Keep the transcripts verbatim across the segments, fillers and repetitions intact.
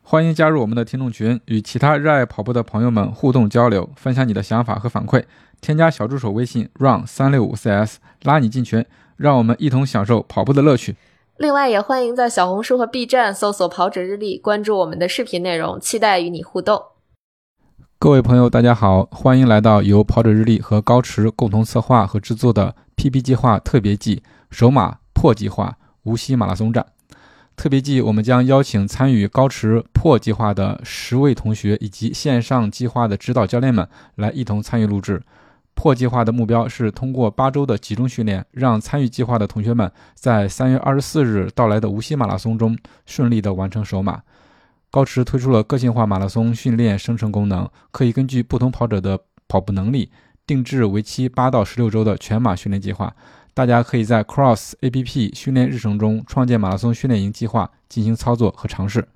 欢迎加入我们的听众群，与其他热爱跑步的朋友们互动交流，分享你的想法和反馈。添加小助手微信 run 三六五 C S， 拉你进群，让我们一同享受跑步的乐趣。 另外也欢迎在小红书和 B 站搜索跑者日历，关注我们的视频内容，期待与你互动。 各位朋友大家好，欢迎来到由跑者日历和高驰共同策划和制作的 P B 计划特别季首马破计划无锡马拉松站。特别季我们将邀请参与高驰破计划的十位同学以及线上计划的指导教练们来一同参与录制。破计划的目标是通过八周的集中训练，让参与计划的同学们在三月二十四日到来的无锡马拉松中顺利的完成首马。高驰推出了个性化马拉松训练生成功能，可以根据不同跑者的跑步能力定制为期八到十六周的全马训练计划。大家可以在 Cross A P P 训练日程中创建马拉松训练营计划进行操作和尝试。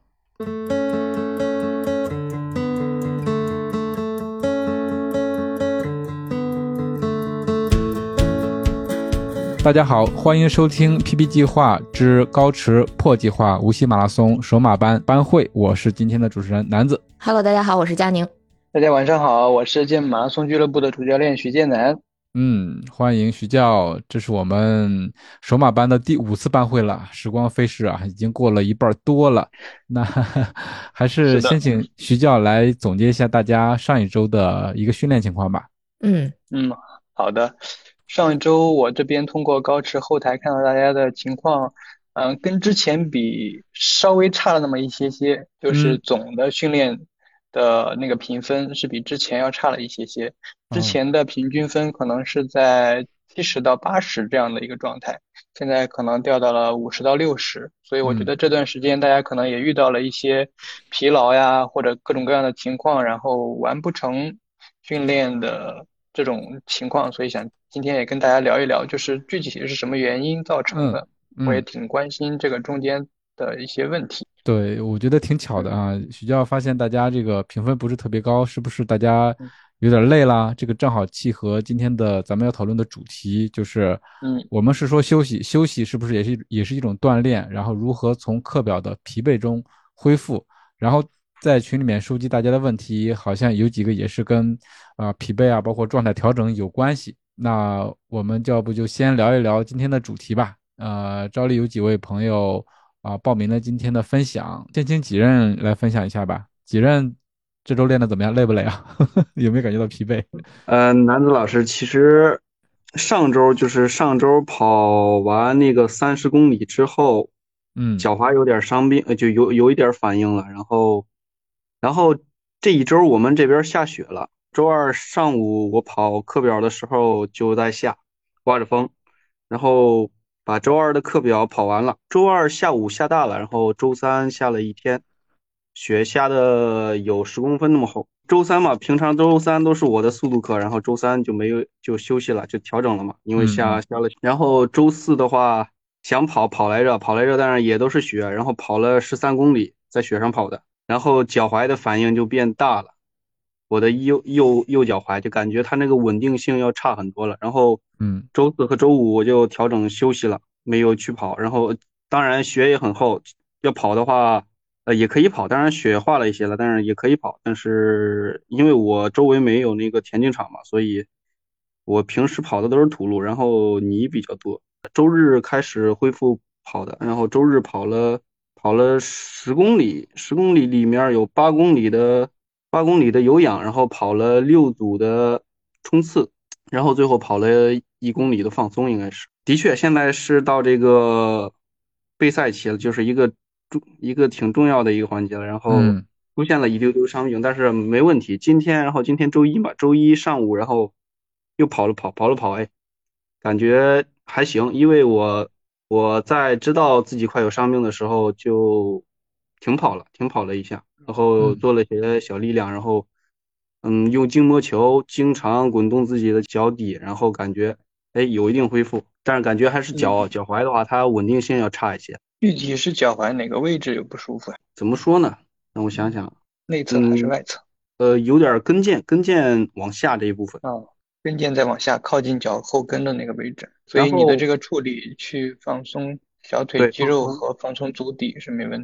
大家好，欢迎收听 P B 计划之高驰破计划无锡马拉松首马班班会，我是今天的主持人南子。 Hello， 大家好，我是佳宁。 大家晚上好，我是健马拉松俱乐部的主教练徐建南。 嗯，欢迎徐教，这是我们首马班的第五次班会了，时光飞逝啊，已经过了一半多了。那还是先请徐教来总结一下大家上一周的一个训练情况吧。 嗯嗯，好的。上一周我这边通过高驰后台看到大家的情况，嗯、呃，跟之前比稍微差了那么一些些，就是总的训练的那个评分是比之前要差了一些些。之前的平均分可能是在七十到八十这样的一个状态，现在可能掉到了五十到六十，所以我觉得这段时间大家可能也遇到了一些疲劳呀，或者各种各样的情况，然后完不成训练的这种情况，所以想今天也跟大家聊一聊，就是具体是什么原因造成的。嗯嗯、我也挺关心这个中间的一些问题。 对，我觉得挺巧的啊，徐教发现大家这个评分不是特别高，是不是大家有点累啦？这个正好契合今天的咱们要讨论的主题，就是嗯，我们是说休息，休息是不是也是也是一种锻炼？然后如何从课表的疲惫中恢复？然后在群里面收集大家的问题，好像有几个也是跟啊、呃、疲惫啊，包括状态调整有关系。那我们要不就先聊一聊今天的主题吧。呃，照例有几位朋友啊报名了今天的分享，先请几任来分享一下吧。几任这周练的怎么样？累不累啊？有没有感觉到疲惫？ 呃，南子老师，其实上周就是上周跑完那个三十公里之后，嗯，脚踝有点伤病，就有有一点反应了。然后，然后这一周我们这边下雪了。周二上午我跑课表的时候就在下，刮着风，然后把周二的课表跑完了。周二下午下大了，然后周三下了一天，雪下的有十公分那么厚。周三嘛，平常周三都是我的速度课，然后周三就没有就休息了，就调整了嘛，因为下下了。然后周四的话想跑跑来着，跑来着，但是也都是雪，然后跑了十三公里，在雪上跑的，然后脚踝的反应就变大了。我的右右右脚踝就感觉它那个稳定性要差很多了，然后嗯，周四和周五我就调整休息了，没有去跑。然后当然雪也很厚，要跑的话呃也可以跑，当然雪化了一些了，但是也可以跑。但是因为我周围没有那个田径场嘛，所以我平时跑的都是土路，然后泥比较多。周日开始恢复跑的，然后周日跑了跑了十公里，十公里里面有八公里的。八公里的有氧，然后跑了六组的冲刺，然后最后跑了一公里的放松，应该是。的确，现在是到这个备赛期了，就是一个重一个挺重要的一个环节了。然后出现了一丢丢伤病，但是没问题。今天，然后今天周一嘛，周一上午，然后又跑了跑，跑了跑，哎，感觉还行。因为我我在知道自己快有伤病的时候就停跑了，停跑了一下。然后做了些小力量，然后嗯，用筋膜球经常滚动自己的脚底，然后感觉哎有一定恢复，但是感觉还是脚、嗯、脚踝的话，它稳定性要差一些。 具体是脚踝哪个位置有不舒服呀？ 怎么说呢？让我想想， 内侧还是外侧？ 嗯、呃，有点跟腱，跟腱往下这一部分。 哦，跟腱再往下，靠近脚后跟的那个位置。所以你的这个处理去放松小腿肌肉和放松足底是没问题。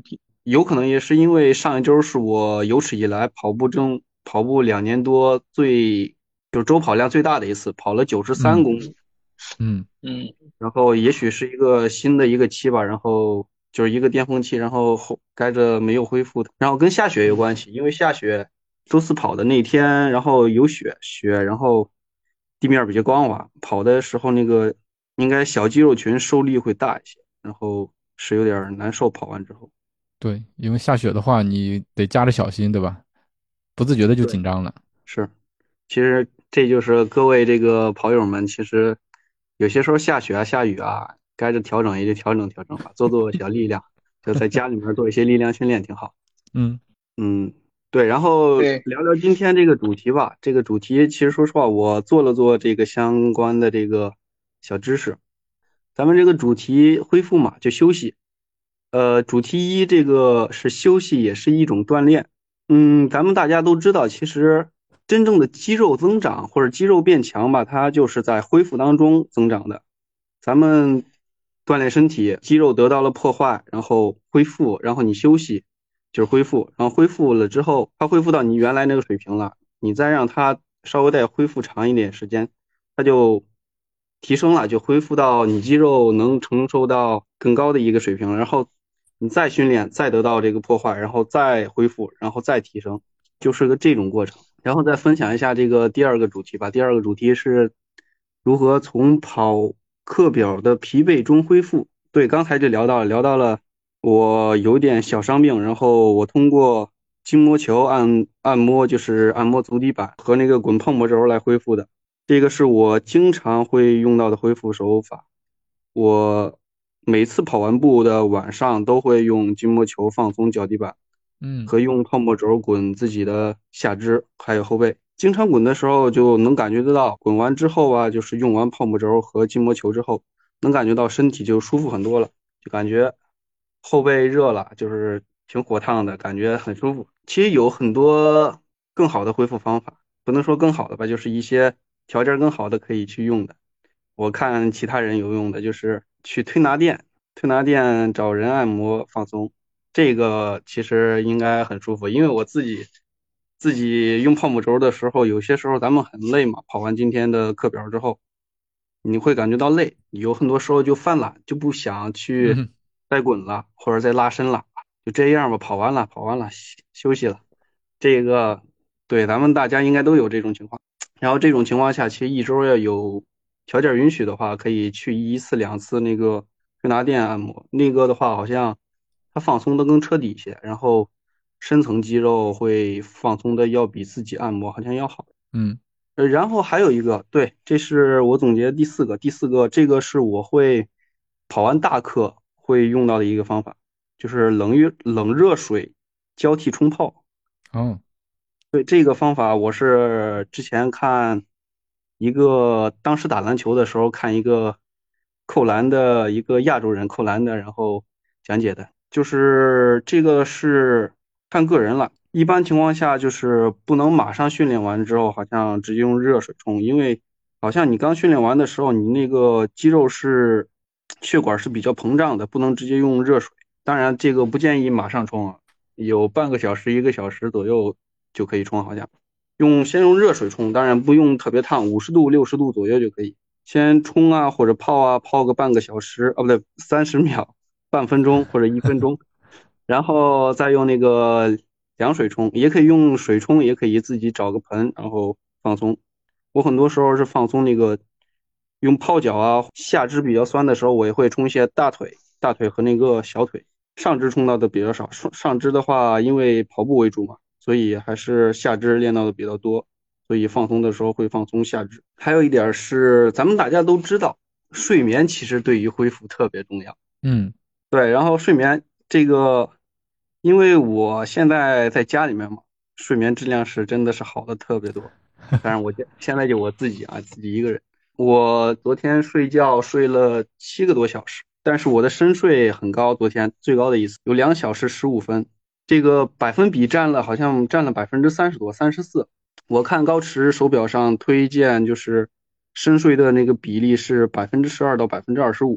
有可能也是因为上一周是我有史以来跑步中跑步两年多最就是周跑量最大的一次，跑了九十三公里。 嗯嗯， 然后也许是一个新的一个期吧，然后就是一个巅峰期，然后后该着没有恢复的，然后跟下雪有关系，因为下雪，周四跑的那天，然后有雪雪，然后地面比较光滑，跑的时候那个应该小肌肉群受力会大一些，然后是有点难受，跑完之后。 对，因为下雪的话，你得加着小心，对吧？不自觉的就对， 紧张了。 是，其实这就是各位这个跑友们，其实有些时候下雪啊、下雨啊，该着调整也就调整调整吧，做做小力量，就在家里面做一些力量训练挺好。 嗯嗯，对，然后对， 聊聊今天这个主题吧。这个主题其实说实话，我做了做这个相关的这个小知识。咱们这个主题恢复嘛，就休息。呃，主题一这个是休息，也是一种锻炼。嗯，咱们大家都知道，其实真正的肌肉增长或者肌肉变强吧，它就是在恢复当中增长的。咱们锻炼身体，肌肉得到了破坏，然后恢复，然后你休息就是恢复，然后恢复了之后，它恢复到你原来那个水平了，你再让它稍微再恢复长一点时间，它就提升了，就恢复到你肌肉能承受到更高的一个水平，然后你再训练，再得到这个破坏，然后再恢复，然后再提升，就是个这种过程。然后再分享一下这个第二个主题吧。第二个主题是如何从跑课表的疲惫中恢复。对，刚才就聊到了，聊到了我有点小伤病，然后我通过筋膜球按按摩，就是按摩足底板和那个滚泡沫轴来恢复的。这个是我经常会用到的恢复手法。我每次跑完步的晚上都会用筋膜球放松脚底板， 嗯和用泡沫轴滚自己的下肢还有后背。经常滚的时候就能感觉得到，滚完之后啊，就是用完泡沫轴和筋膜球之后，能感觉到身体就舒服很多了，就感觉后背热了，就是挺火烫的，感觉很舒服。其实有很多更好的恢复方法，不能说更好的吧，就是一些条件更好的可以去用的。我看其他人有用的就是去推拿店，推拿店找人按摩放松，这个其实应该很舒服。因为我自己自己用泡沫轴的时候，有些时候咱们很累嘛，跑完今天的课表之后，你会感觉到累，有很多时候就犯懒，就不想去嗯再滚了或者再拉伸了，就这样吧，跑完了跑完了休息了。这个对咱们大家应该都有这种情况。然后这种情况下，其实一周要有条件允许的话，可以去一次两次那个推拿店按摩。那个的话，好像它放松的更彻底一些，然后深层肌肉会放松的要比自己按摩好像要好。 嗯呃，然后还有一个，对，这是我总结的第四个，第四个这个是我会跑完大课会用到的一个方法，就是冷热冷热水交替冲泡。 哦对，这个方法，我是之前看一个，当时打篮球的时候看一个扣篮的一个亚洲人扣篮的，然后讲解的，就是这个是看个人了。一般情况下就是不能马上训练完之后，好像直接用热水冲，因为好像你刚训练完的时候，你那个肌肉是血管是比较膨胀的，不能直接用热水。当然，这个不建议马上冲啊，有半个小时、一个小时左右就可以冲，好像用先用热水冲，当然不用特别烫，五十度、六十度左右就可以。先冲啊或者泡啊，泡个半个小时，哦不对，三十秒、半分钟或者一分钟，然后再用那个凉水冲，也可以用水冲，也可以自己找个盆然后放松。我很多时候是放松那个用泡脚啊，下肢比较酸的时候，我也会冲一些大腿、大腿和那个小腿。上肢冲到的比较少，上上肢的话，因为跑步为主嘛，所以还是下肢练到的比较多，所以放松的时候会放松下肢。还有一点是，咱们大家都知道，睡眠其实对于恢复特别重要。 嗯对，然后睡眠这个，因为我现在在家里面嘛，睡眠质量是真的是好的特别多。当然我现现在就我自己啊，自己一个人，我昨天睡觉睡了七个多小时。但是我的深睡很高，昨天最高的一次有两小时十五分，这个百分比占了好像占了百分之三十多，三十四。我看高驰手表上推荐就是深睡的那个比例是百分之十二到百分之二十五。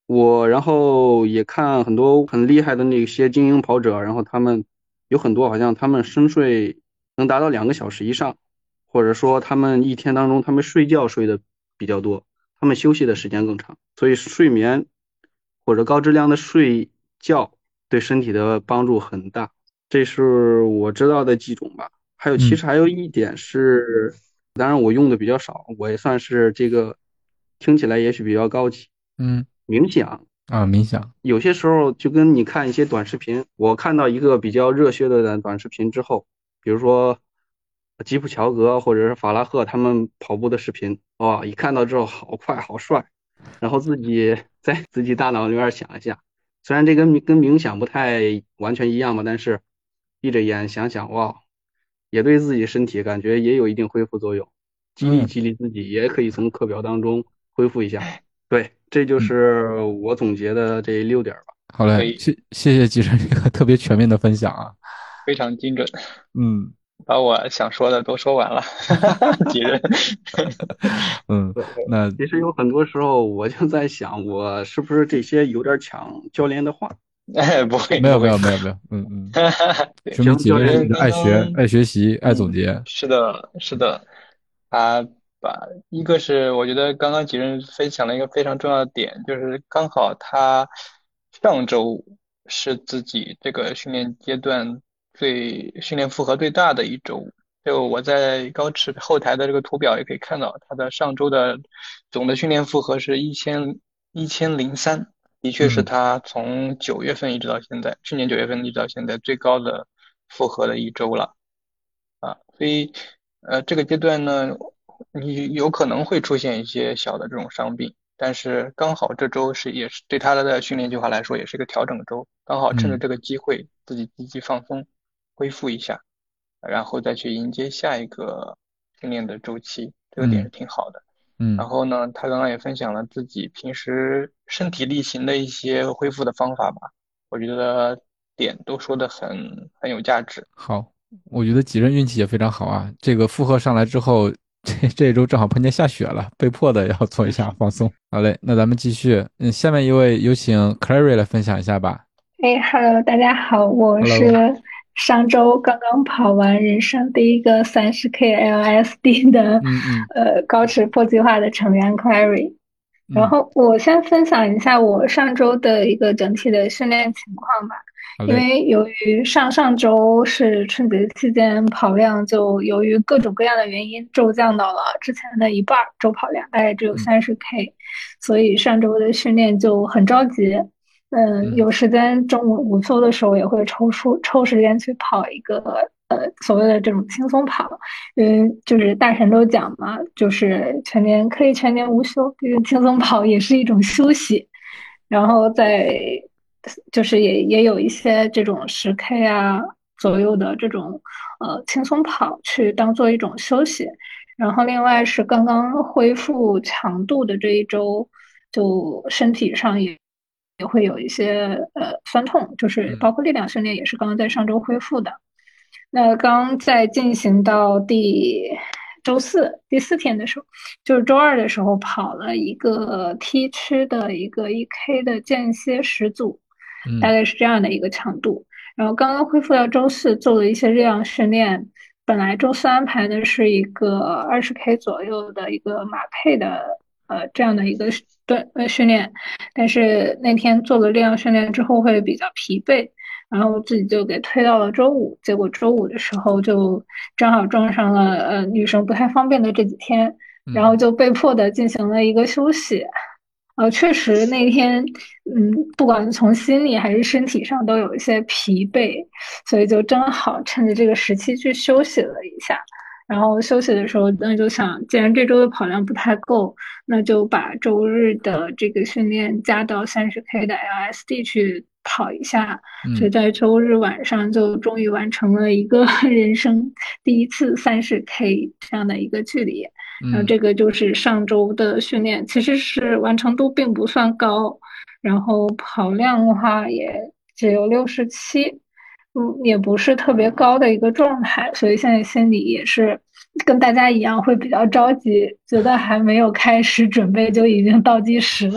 我然后也看很多很厉害的那些精英跑者，然后他们有很多好像他们深睡能达到两个小时以上，或者说他们一天当中他们睡觉睡的比较多，他们休息的时间更长，所以睡眠或者高质量的睡觉对身体的帮助很大。这是我知道的几种吧。还有其实还有一点是，当然我用的比较少，我也算是这个听起来也许比较高级。 嗯， 冥想啊，冥想有些时候就跟你看一些短视频，我看到一个比较热血的短视频之后，比如说吉普乔格或者是法拉赫他们跑步的视频，哇，一看到之后好快好帅，然后自己在自己大脑里面想一下，虽然这跟跟冥想不太完全一样吧，但是闭着眼想想，哇，也对自己身体感觉也有一定恢复作用，激励激励自己，也可以从课表当中恢复一下。对，这就是我总结的这六点吧。 好嘞，谢谢谢吉生这个特别全面的分享啊， 非常精准。 嗯， 把我想说的都说完了，吉人。 嗯，那其实有很多时候我就在想，我是不是这些有点抢教练的话？ 哎，不会， 没有不会没有没有没有，嗯嗯， 对， 说明吉人是刚爱学、 刚爱学习、爱总结。 嗯，是的，是的。他把一个是我觉得刚刚吉人分享了一个非常重要的点，就是刚好他上周是自己这个训练阶段最训练负荷最大的一周。就我在高驰后台的这个图表也可以看到，他的上周的总的训练负荷是一千一千零三，的确是他从九月份一直到现在，去年九月份一直到现在最高的负荷的一周了。啊，所以呃这个阶段呢，你有可能会出现一些小的这种伤病，但是刚好这周是也是对他的训练计划来说也是一个调整周，刚好趁着这个机会自己积极放松，恢复一下，然后再去迎接下一个训练的周期，这个点是挺好的。 嗯， 然后呢，他刚刚也分享了自己平时身体力行的一些恢复的方法吧，我觉得点都说的很很有价值。 好，我觉得吉人运气也非常好啊，这个负荷上来之后，这这一周正好碰见下雪了，被迫的要做一下放松。好嘞，那咱们继续，嗯，下面一位有请 Clary 来分享一下吧。 哎，Hello，大家好，我是上周刚刚跑完人生第一个三十 K L S D 的， 嗯嗯， 呃，高驰破计划的成员 Clary。然后我先分享一下我上周的一个整体的训练情况吧。因为由于上上周是春节期间，跑量就由于各种各样的原因骤降到了之前的一半，周跑量大概只有三十 K，所以上周的训练就很着急。嗯，有时间中午午休的时候也会抽出抽时间去跑一个呃所谓的这种轻松跑，因为就是大神都讲嘛，就是全年可以全年无休，毕竟轻松跑也是一种休息。然后在就是也也有一些这种十 K 啊左右的这种呃轻松跑去当做一种休息。然后另外是刚刚恢复强度的这一周，就身体上也。也会有一些呃酸痛，就是包括力量训练也是刚刚在上周恢复的。那刚在进行到第周四第四天的时候，就是周二的时候跑了一个 T 区的一个一 K 的间歇十组，大概是这样的一个强度。然后刚刚恢复到周四做了一些力量训练，本来周四安排的是一个二十 K 左右的一个马配的。呃，这样的一个锻呃训练，但是那天做了力量训练之后会比较疲惫，然后自己就给推到了周五。结果周五的时候就正好撞上了呃女生不太方便的这几天，然后就被迫的进行了一个休息。呃，确实那天嗯，不管从心理还是身体上都有一些疲惫，所以就正好趁着这个时期去休息了一下。然后休息的时候，那就想，既然这周的跑量不太够，那就把周日的这个训练加到三十 K 的 L S D 去跑一下。所以在周日晚上就终于完成了一个人生第一次三十 K 这样的一个距离。然后这个就是上周的训练，其实是完成度并不算高，然后跑量的话也只有六十七。嗯，也不是特别高的一个状态，所以现在心里也是跟大家一样，会比较着急，觉得还没有开始准备就已经倒计时了。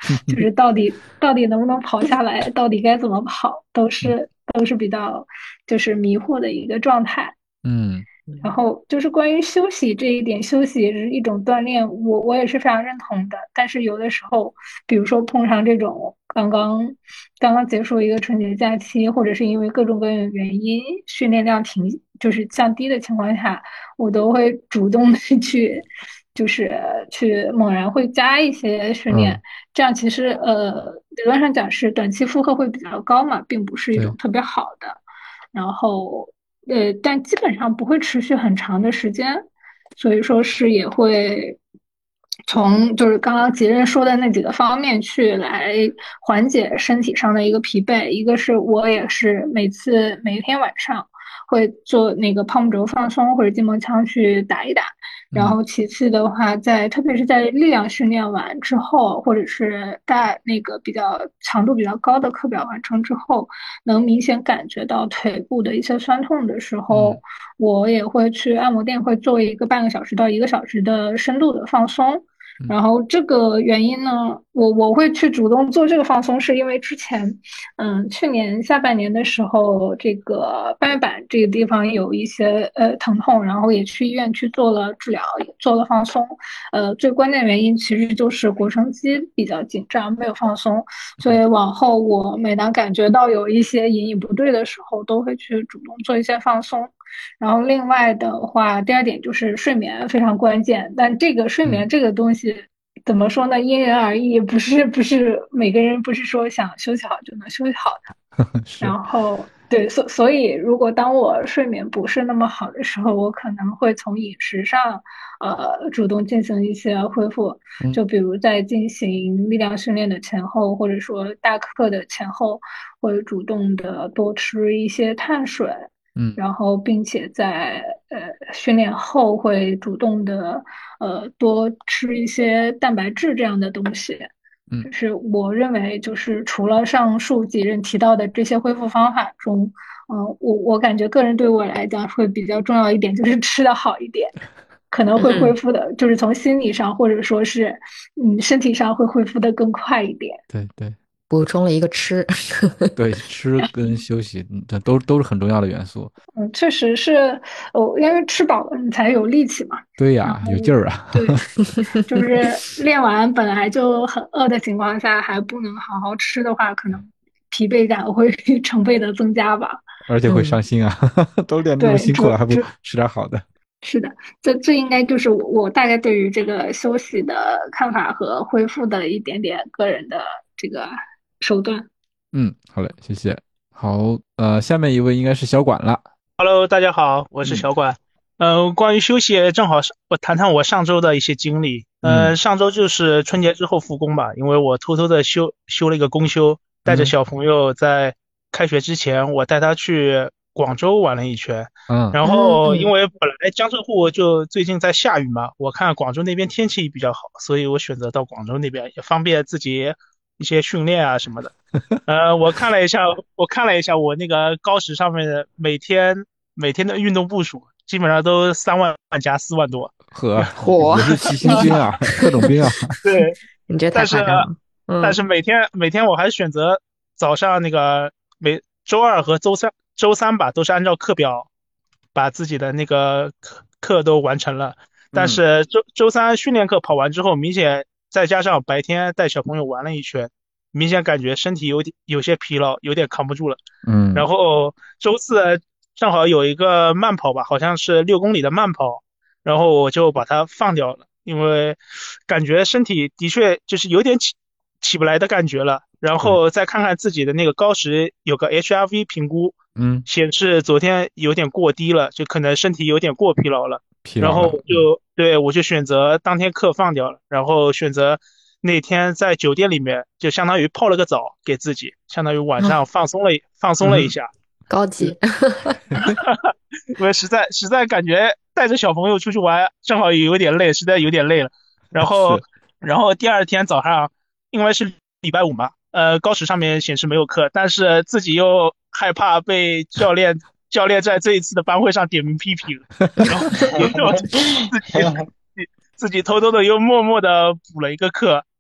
就是到底到底能不能跑下来，到底该怎么跑，都是都是比较就是迷惑的一个状态。 嗯。 然后就是关于休息这一点，休息也是一种锻炼，我我也是非常认同的。但是有的时候，比如说碰上这种刚刚刚刚结束一个春节假期，或者是因为各种各样的原因，训练量停就是降低的情况下，我都会主动的去，就是去猛然会加一些训练， 嗯、 这样其实呃理论上讲是短期负荷会比较高嘛，并不是一种特别好的。然后。呃，但基本上不会持续很长的时间，所以说是也会从就是刚刚杰任说的那几个方面去来缓解身体上的一个疲惫。一个是我也是每次每天晚上会做那个泡沫轴放松或者筋膜枪去打一打，然后其次的话，在特别是在力量训练完之后，或者是大那个比较强度比较高的课表完成之后，能明显感觉到腿部的一些酸痛的时候， 嗯、 我也会去按摩店会做一个半个小时到一个小时的深度的放松。然后这个原因呢，我我会去主动做这个放松，是因为之前，嗯，去年下半年的时候，这个半月板这个地方有一些呃疼痛，然后也去医院去做了治疗，也做了放松。呃，最关键原因其实就是腘绳肌比较紧张，没有放松，所以往后我每当感觉到有一些隐隐不对的时候，都会去主动做一些放松。然后另外的话，第二点就是睡眠非常关键，但这个睡眠这个东西、嗯、怎么说呢？因人而异，不是不是每个人不是说想休息好就能休息好的。然后对，所所以如果当我睡眠不是那么好的时候，我可能会从饮食上呃主动进行一些恢复，就比如在进行力量训练的前后，或者说大课的前后，会主动的多吃一些碳水。 嗯， 然后并且在呃训练后会主动的呃多吃一些蛋白质这样的东西。 嗯， 就是我认为就是除了上述几人提到的这些恢复方法中，嗯、呃，我我感觉个人对我来讲会比较重要一点，就是吃的好一点，可能会恢复的，就是从心理上或者说是嗯身体上会恢复的更快一点。 对对。 补充了一个吃， 对，吃跟休息，这都都是很重要的元素。 嗯，确实是，哦，因为吃饱了你才有力气嘛。 对呀，有劲儿啊。 对，就是练完本来就很饿的情况下，还不能好好吃的话，可能疲惫感会成倍的增加吧。 而且会伤心啊，嗯、都练这么辛苦了，还不吃点好的。 是的，这这应该就是我我大概对于这个休息的看法和恢复的一点点个人的这个手段。 嗯，好嘞，谢谢。好，呃，下面一位应该是小管了。 Hello， 大家好，我是小管。嗯、呃，关于休息，正好我谈谈我上周的一些经历。呃， 嗯、 上周就是春节之后复工吧，因为我偷偷的休休了一个公休，带着小朋友在开学之前，我带他去广州玩了一圈。 嗯， 然后因为本来江浙沪就最近在下雨嘛，我看广州那边天气比较好，所以我选择到广州那边，也方便自己一些训练啊什么的。呃，我看了一下，我看了一下我那个高时上面的每天每天的运动部署，基本上都三万加四万多。 呵，我是齐心兵啊，特种兵啊。 对， 你这太夸张了。 嗯、但是每天每天我还是选择早上那个每周二和周三周三吧，都是按照课表把自己的那个课课都完成了。但是周周三训练课跑完之后，明显再加上白天带小朋友玩了一圈，明显感觉身体有点有些疲劳，有点扛不住了。 嗯， 然后周四正好有一个慢跑吧，好像是六公里的慢跑，然后我就把它放掉了，因为感觉身体的确就是有点起起不来的感觉了。然后再看看自己的那个高时有个 H R V 评估， 嗯， 显示昨天有点过低了，就可能身体有点过疲劳了。 疲劳了。 然后就对我就选择当天课放掉了，然后选择那天在酒店里面就相当于泡了个澡给自己，相当于晚上放松了、嗯、放松了一下。 高级。 因为实在实在感觉带着小朋友出去玩正好也有点累，实在有点累了。然后然后第二天早上因为是礼拜五嘛，呃高时上面显示没有课，但是自己又害怕被教练教练在这一次的班会上点名批评，然后又自己自己偷偷的又默默的补了一个课，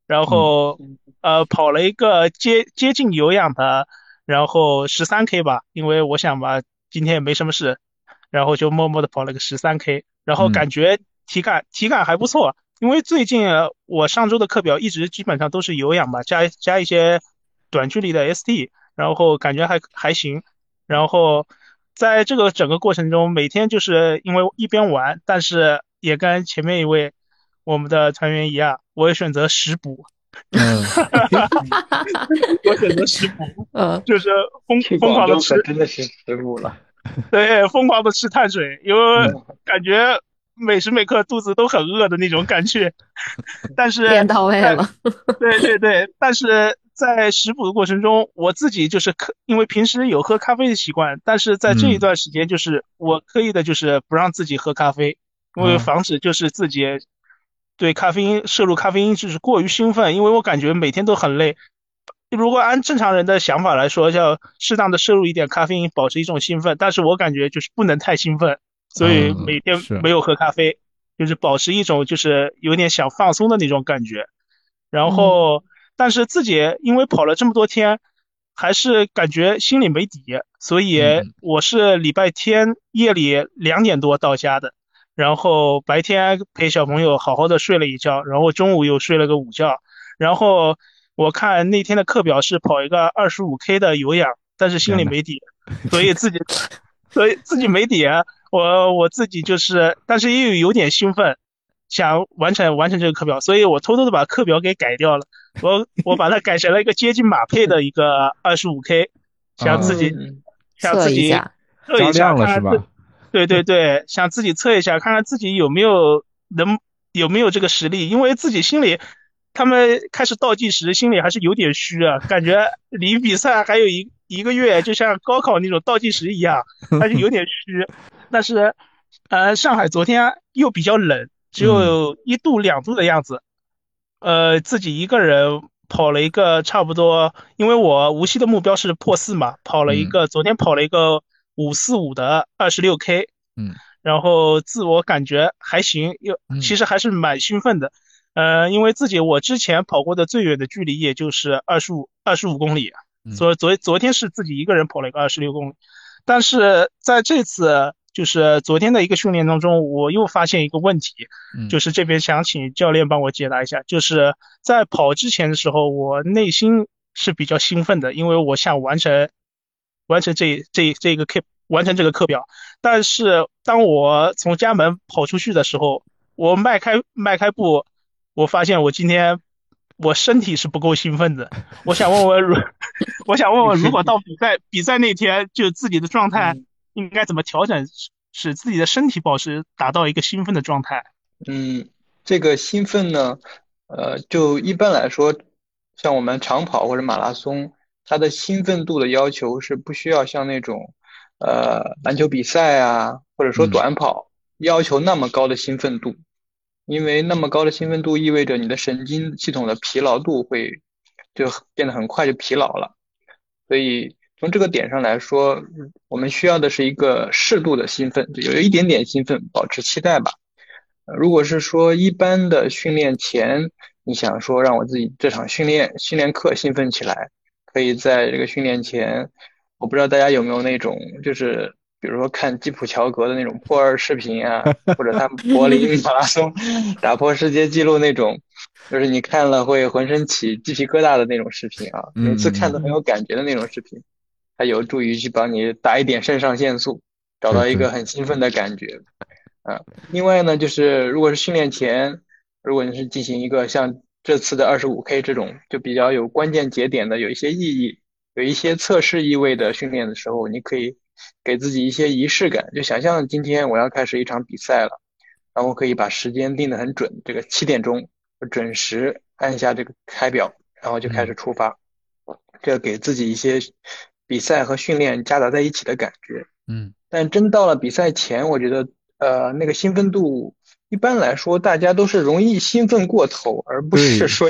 然后、嗯、呃跑了一个接接近有氧的，然后 十三K 吧，因为我想吧今天也没什么事，然后就默默的跑了个 十三K， 然后感觉体感、嗯、体感还不错，因为最近我上周的课表一直基本上都是有氧吧，加加一些短距离的 S T， 然后感觉还还行，然后在这个整个过程中，每天就是因为一边玩，但是也跟前面一位我们的团员一样，我也选择食补。 嗯， 我选择食补， 嗯， 就是疯疯狂的吃， 真的是食补了。 对，疯狂的吃碳水，因为感觉每时每刻肚子都很饿的那种感觉。但是练到位了。 对对对，但是在食补的过程中，我自己就是可，因为平时有喝咖啡的习惯，但是在这一段时间，就是我刻意的就是不让自己喝咖啡，因为防止就是自己对咖啡因摄入咖啡因就是过于兴奋，因为我感觉每天都很累。如果按正常人的想法来说，要适当的摄入一点咖啡因，保持一种兴奋，但是我感觉就是不能太兴奋，所以每天没有喝咖啡，嗯、就是保持一种就是有点想放松的那种感觉。然后，嗯、但是自己因为跑了这么多天，还是感觉心里没底，所以我是礼拜天夜里两点多到家的，然后白天陪小朋友好好的睡了一觉，然后中午又睡了个午觉，然后我看那天的课表是跑一个 二十五K 的有氧，但是心里没底，所以自己所以自己没底，我我自己就是，但是又有点兴奋，想完成完成这个课表，所以我偷偷的把课表给改掉了，我我把它改成了一个接近马配的一个 二十五K， 想自己、嗯、想自己测一下， 了是吧？ 对对对，想自己测一下，看看自己有没有能有没有这个实力，因为自己心里。他们开始倒计时，心里还是有点虚啊，感觉离比赛还有一一个月，就像高考那种倒计时一样，还是有点虚。但是，呃，上海昨天又比较冷，只有一度两度的样子。呃，自己一个人跑了一个差不多，因为我无锡的目标是破四嘛，跑了一个，昨天跑了一个五四五的 二十六K， 嗯， 然后自我感觉还行，又其实还是蛮兴奋的。呃，因为自己我之前跑过的最远的距离也就是二十五二十五公里，所以昨昨天是自己一个人跑了一个二十六公里，但是在这次就是昨天的一个训练当中，我又发现一个问题，就是这边想请教练帮我解答一下，就是在跑之前的时候，我内心是比较兴奋的，因为我想完成完成这这这个课完成这个课表，但是当我从家门跑出去的时候，我迈开迈开步。我发现我今天我身体是不够兴奋的，我想问问如我想问问如果到比赛比赛那天，就自己的状态应该怎么调整，使自己的身体保持达到一个兴奋的状态？ 嗯，这个兴奋呢，呃，就一般来说，像我们长跑或者马拉松，它的兴奋度的要求是不需要像那种呃篮球比赛啊，或者说短跑、嗯、要求那么高的兴奋度。因为那么高的兴奋度意味着你的神经系统的疲劳度会就变得很快就疲劳了，所以从这个点上来说，我们需要的是一个适度的兴奋，有一点点兴奋，保持期待吧。如果是说一般的训练前，你想说让我自己这场训练训练课兴奋起来，可以在这个训练前，我不知道大家有没有那种就是比如说看基普乔格的那种破二视频啊，或者他柏林马拉松打破世界纪录那种，就是你看了会浑身起鸡皮疙瘩的那种视频啊，每次看都很有感觉的那种视频，它有助于去帮你打一点肾上腺素，找到一个很兴奋的感觉啊。另外呢，就是如果是训练前，如果你是进行一个像这次的 二十五K 这种就比较有关键节点的，有一些意义，有一些测试意味的训练的时候，你可以给自己一些仪式感，就想象今天我要开始一场比赛了，然后可以把时间定得很准，这个七点钟准时按下这个开表，然后就开始出发，嗯、这给自己一些比赛和训练夹杂在一起的感觉。 嗯， 但真到了比赛前，我觉得呃那个兴奋度一般来说大家都是容易兴奋过头，而不是说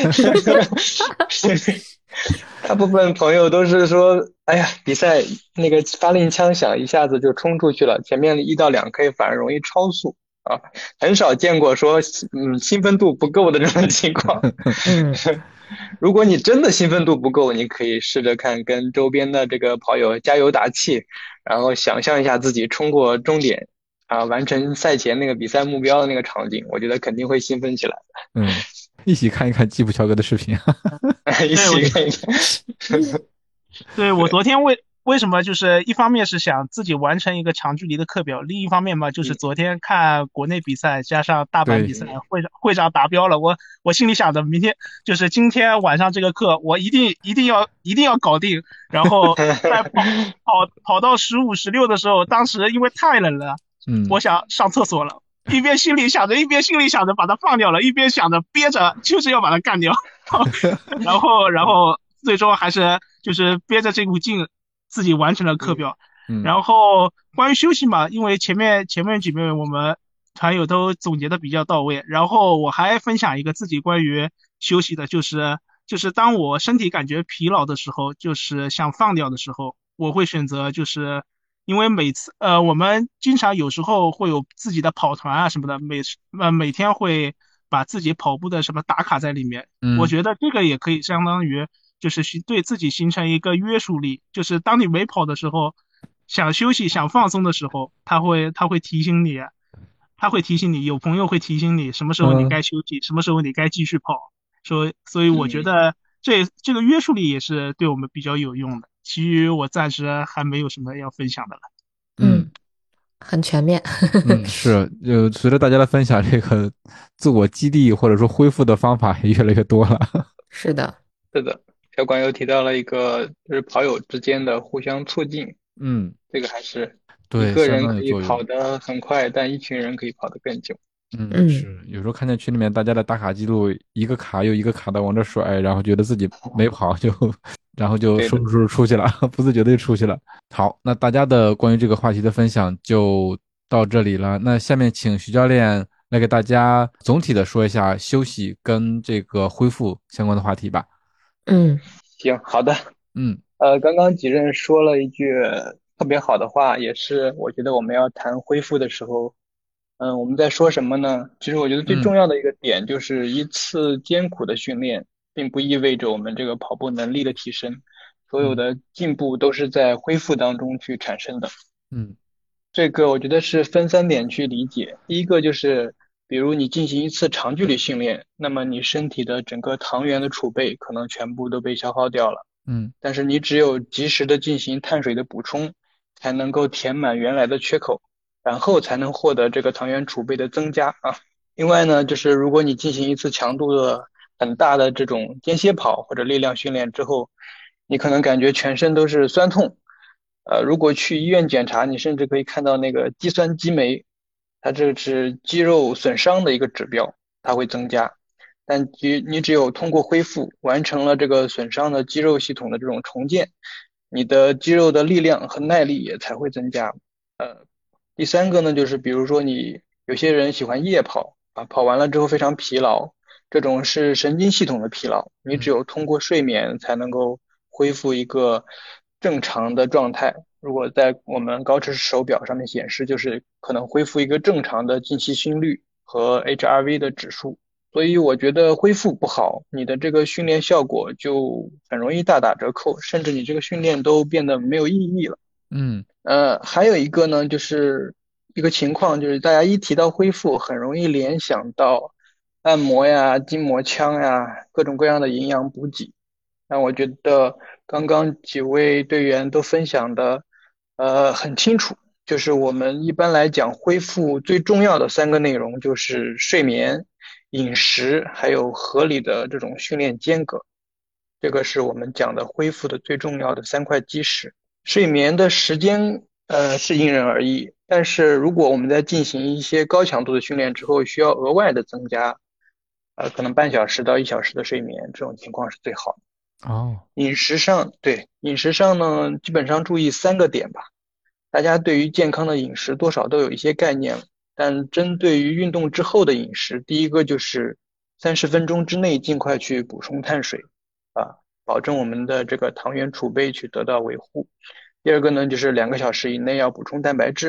大部分朋友都是说，哎呀，比赛那个发令枪响，一下子就冲出去了，前面一到两 K 反而容易超速。 啊，很少见过说嗯兴奋度不够的这种情况。 嗯， 如果你真的兴奋度不够，你可以试着看跟周边的这个跑友加油打气，然后想象一下自己冲过终点啊，完成赛前那个比赛目标的那个场景，我觉得肯定会兴奋起来。 嗯，一起看一看基普乔格的视频。 一起看一看。 对，我昨天为为什么就是一方面是想自己完成一个长距离的课表，另一方面嘛，就是昨天看国内比赛加上大阪比赛，会长会长达标了，我我心里想着明天就是今天晚上这个课，我一定一定要一定要搞定，然后在跑跑跑到十五十六的时候，当时因为太冷了， 嗯， 我想上厕所了，一边心里想着一边心里想着把它放掉了，一边想着憋着就是要把它干掉，然后然后最终还是就是憋着这股劲自己完成了课表。 嗯嗯、 然后关于休息嘛，因为前面前面几位我们团友都总结的比较到位，然后我还分享一个自己关于休息的，就是就是当我身体感觉疲劳的时候，就是想放掉的时候，我会选择就是因为每次呃我们经常有时候会有自己的跑团啊什么的，每呃每天会把自己跑步的什么打卡在里面， 嗯、 我觉得这个也可以相当于就是对自己形成一个约束力，就是当你没跑的时候，想休息想放松的时候，他会他会提醒你，他会提醒你，有朋友会提醒你什么时候你该休息，嗯、什么时候你该继续跑。所以所以我觉得这这个约束力也是对我们比较有用的。其余我暂时还没有什么要分享的了。 嗯，很全面。 嗯，是，就随着大家的分享，这个自我激励或者说恢复的方法也越来越多了。 是的， 是的。小管又提到了一个，就是跑友之间的互相促进。 嗯， 这个还是对， 一个人可以跑得很快，但一群人可以跑得更久。 嗯，是，有时候看见群里面大家的打卡记录，一个卡又一个卡的往这甩，然后觉得自己没跑就，然后就收拾出去了，不自觉的就出去了。好，那大家的关于这个话题的分享就到这里了。那下面请徐教练来给大家总体的说一下休息跟这个恢复相关的话题吧。 嗯， 行，好的。 嗯， 呃，刚刚几任说了一句特别好的话，也是我觉得我们要谈恢复的时候，嗯，我们在说什么呢？其实我觉得最重要的一个点就是一次艰苦的训练，并不意味着我们这个跑步能力的提升，所有的进步都是在恢复当中去产生的。 嗯， 这个我觉得是分三点去理解。第一个就是，比如你进行一次长距离训练，那么你身体的整个糖原的储备可能全部都被消耗掉了。 嗯， 但是你只有及时的进行碳水的补充，才能够填满原来的缺口，然后才能获得这个糖原储备的增加啊。另外呢，就是如果你进行一次强度的很大的这种间歇跑或者力量训练之后，你可能感觉全身都是酸痛，呃，如果去医院检查，你甚至可以看到那个肌酸激酶，它这是肌肉损伤的一个指标，它会增加。但你你只有通过恢复，完成了这个损伤的肌肉系统的这种重建，你的肌肉的力量和耐力也才会增加。呃，第三个呢，就是比如说你有些人喜欢夜跑啊，跑完了之后非常疲劳，这种是神经系统的疲劳，你只有通过睡眠才能够恢复一个正常的状态。如果在我们高驰手表上面显示，就是可能恢复一个正常的静息心率和 H R V 的指数。所以我觉得恢复不好，你的这个训练效果就很容易大打折扣，甚至你这个训练都变得没有意义了。 嗯， 呃，还有一个呢，就是一个情况，就是大家一提到恢复，很容易联想到按摩呀、筋膜枪呀，各种各样的营养补给。但我觉得刚刚几位队员都分享的，呃，很清楚，就是我们一般来讲恢复最重要的三个内容就是睡眠、饮食，还有合理的这种训练间隔。这个是我们讲的恢复的最重要的三块基石。睡眠的时间，呃，是因人而异，但是如果我们在进行一些高强度的训练之后，需要额外的增加，呃，可能半小时到一小时的睡眠，这种情况是最好的。 哦， 饮食上，对，饮食上呢，基本上注意三个点吧。大家对于健康的饮食多少都有一些概念了，但针对于运动之后的饮食，第一个就是三十分钟之内尽快去补充碳水，啊，保证我们的这个糖原储备去得到维护。第二个呢，就是两个小时以内要补充蛋白质，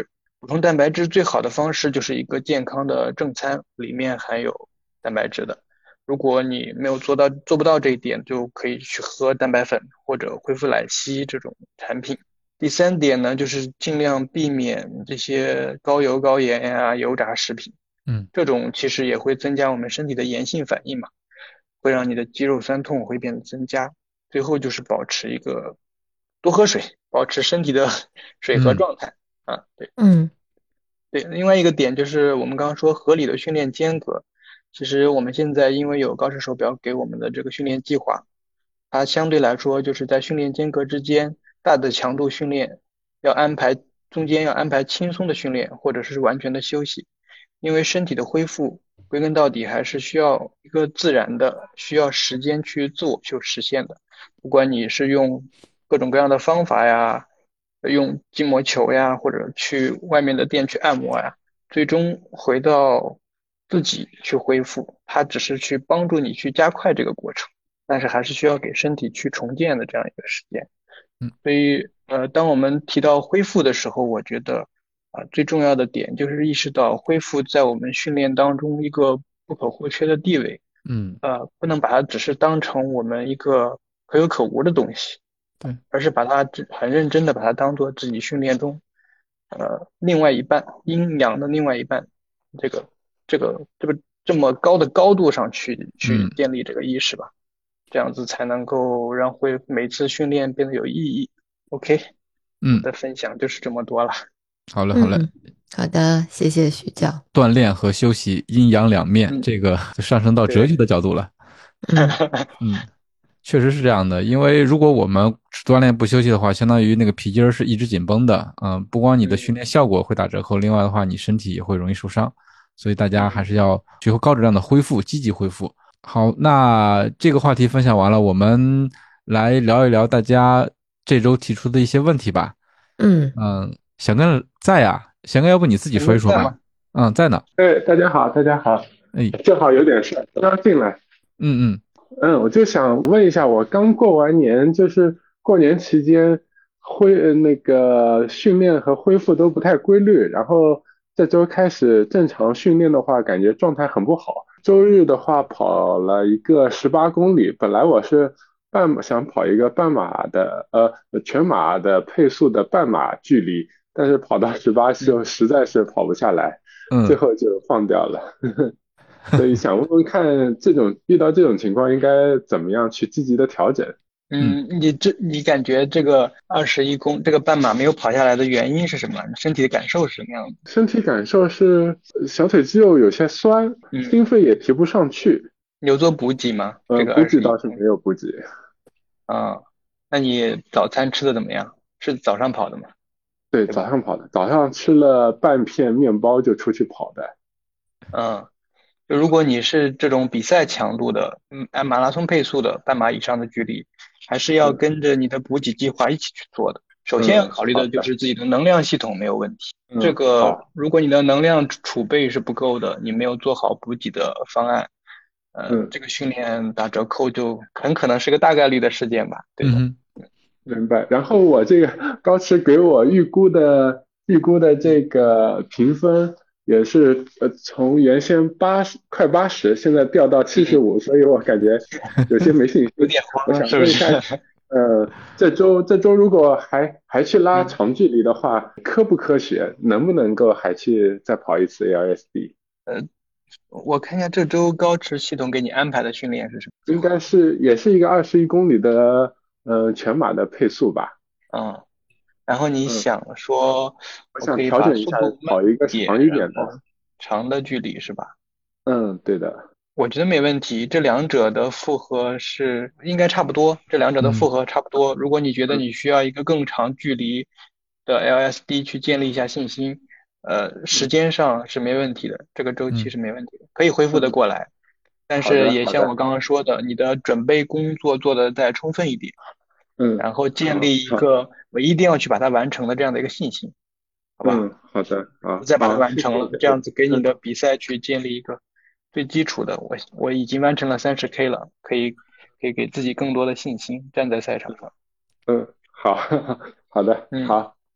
补充蛋白质最好的方式就是一个健康的正餐，里面含有蛋白质的。如果你没有做到做不到这一点，就可以去喝蛋白粉或者恢复奶昔这种产品。第三点呢，就是尽量避免这些高油高盐呀、油炸食品。 嗯， 这种其实也会增加我们身体的炎性反应嘛，会让你的肌肉酸痛会变得增加。最后就是保持一个多喝水，保持身体的水合状态、嗯、啊。对， 嗯， 对。另外一个点就是我们刚刚说合理的训练间隔。其实我们现在因为有高驰手表给我们的这个训练计划，它相对来说就是在训练间隔之间，大的强度训练要安排，中间要安排轻松的训练或者是完全的休息。因为身体的恢复归根到底还是需要一个自然的，需要时间去自我去实现的。不管你是用各种各样的方法呀，用筋膜球呀，或者去外面的店去按摩呀，最终回到自己去恢复，它只是去帮助你去加快这个过程，但是还是需要给身体去重建的这样一个时间。 嗯， 所以呃，当我们提到恢复的时候，我觉得啊，最重要的点就是意识到恢复在我们训练当中一个不可或缺的地位。 嗯， 呃，不能把它只是当成我们一个可有可无的东西， 对， 而是把它很认真的把它当做自己训练中呃另外一半，阴阳的另外一半，这个这个这个这么高的高度上去去建立这个意识吧，这样子才能够让会每次训练变得有意义。OK， 嗯， 我的分享就是这么多了。 好嘞，好嘞。 嗯，好的，谢谢徐教。 锻炼和休息阴阳两面， 嗯、 这个就上升到哲学的角度了。 嗯嗯，确实是这样的。因为如果我们只锻炼不休息的话，相当于那个皮筋是一直紧绷的。嗯，不光你的训练效果会打折扣，另外的话，你身体也会容易受伤。所以大家还是要学会高质量的恢复，积极恢复。好，那这个话题分享完了，我们来聊一聊大家这周提出的一些问题吧。 嗯嗯，小根在呀，小根要不你自己说一说吧。嗯，在呢。 哎，大家好，大家好。 哎， 正好有点事，刚进来。 嗯嗯嗯，我就想问一下，我刚过完年，就是过年期间恢呃那个训练和恢复都不太规律，然后这周开始正常训练的话，感觉状态很不好。周日的话跑了一个十八公里，本来我是半马想跑一个半马的呃全马的配速的半马距离，但是跑到十八就实在是跑不下来， 嗯， 最后就放掉了。所以想问问看，这种遇到这种情况应该怎么样去积极的调整？ 嗯，你这你感觉这个二十一公这个半马没有跑下来的原因是什么？你身体的感受是什么样的？ 身体感受是小腿肌肉有些酸， 嗯， 心肺也提不上去。 你有做补给吗？ 呃， 这个补给倒是没有补给。 啊，那你早餐吃的怎么样？是早上跑的吗？ 对，早上跑的，早上吃了半片面包就出去跑的。 嗯。就如果你是这种比赛强度的，嗯，按马拉松配速的半马以上的距离，还是要跟着你的补给计划一起去做的。首先要考虑的就是自己的能量系统没有问题。 嗯、 这个，如果你的能量储备是不够的，你没有做好补给的方案，呃， 嗯、 这个训练打折扣就很可能是个大概率的事件吧。对的。 嗯、明白。然后我这个高驰给我预估的预估的这个评分。也是呃，从原先八十快八十，现在掉到七十五，所以我感觉有些没信心。 有点慌， 我想问一下，呃，这周这周如果还还去拉长距离的话，嗯、科不科学？能不能够还去再跑一次 A L S D？ 呃，我看一下这周高驰系统给你安排的训练是什么？ 应该是也是一个二十一公里的呃全马的配速吧。 嗯。然后你想说， 我想调整一下，跑一个长一点的， 长的距离是吧？ 嗯，对的。 我觉得没问题，这两者的负荷是应该差不多，这两者的负荷差不多。如果你觉得你需要一个更长距离的 L S D 去建立一下信心，呃，时间上是没问题的，这个周期是没问题的，可以恢复的过来。但是也像我刚刚说的，你的准备工作做得再充分一点。 嗯， 然后建立一个我一定要去把它完成的这样的一个信心，好吧？ 嗯，好的，啊， 再把它完成了，这样子给你的比赛去建立一个最基础的，我我已经完成了三十 K 了，可以可以给自己更多的信心，站在赛场上。 嗯，好，好的，嗯，好，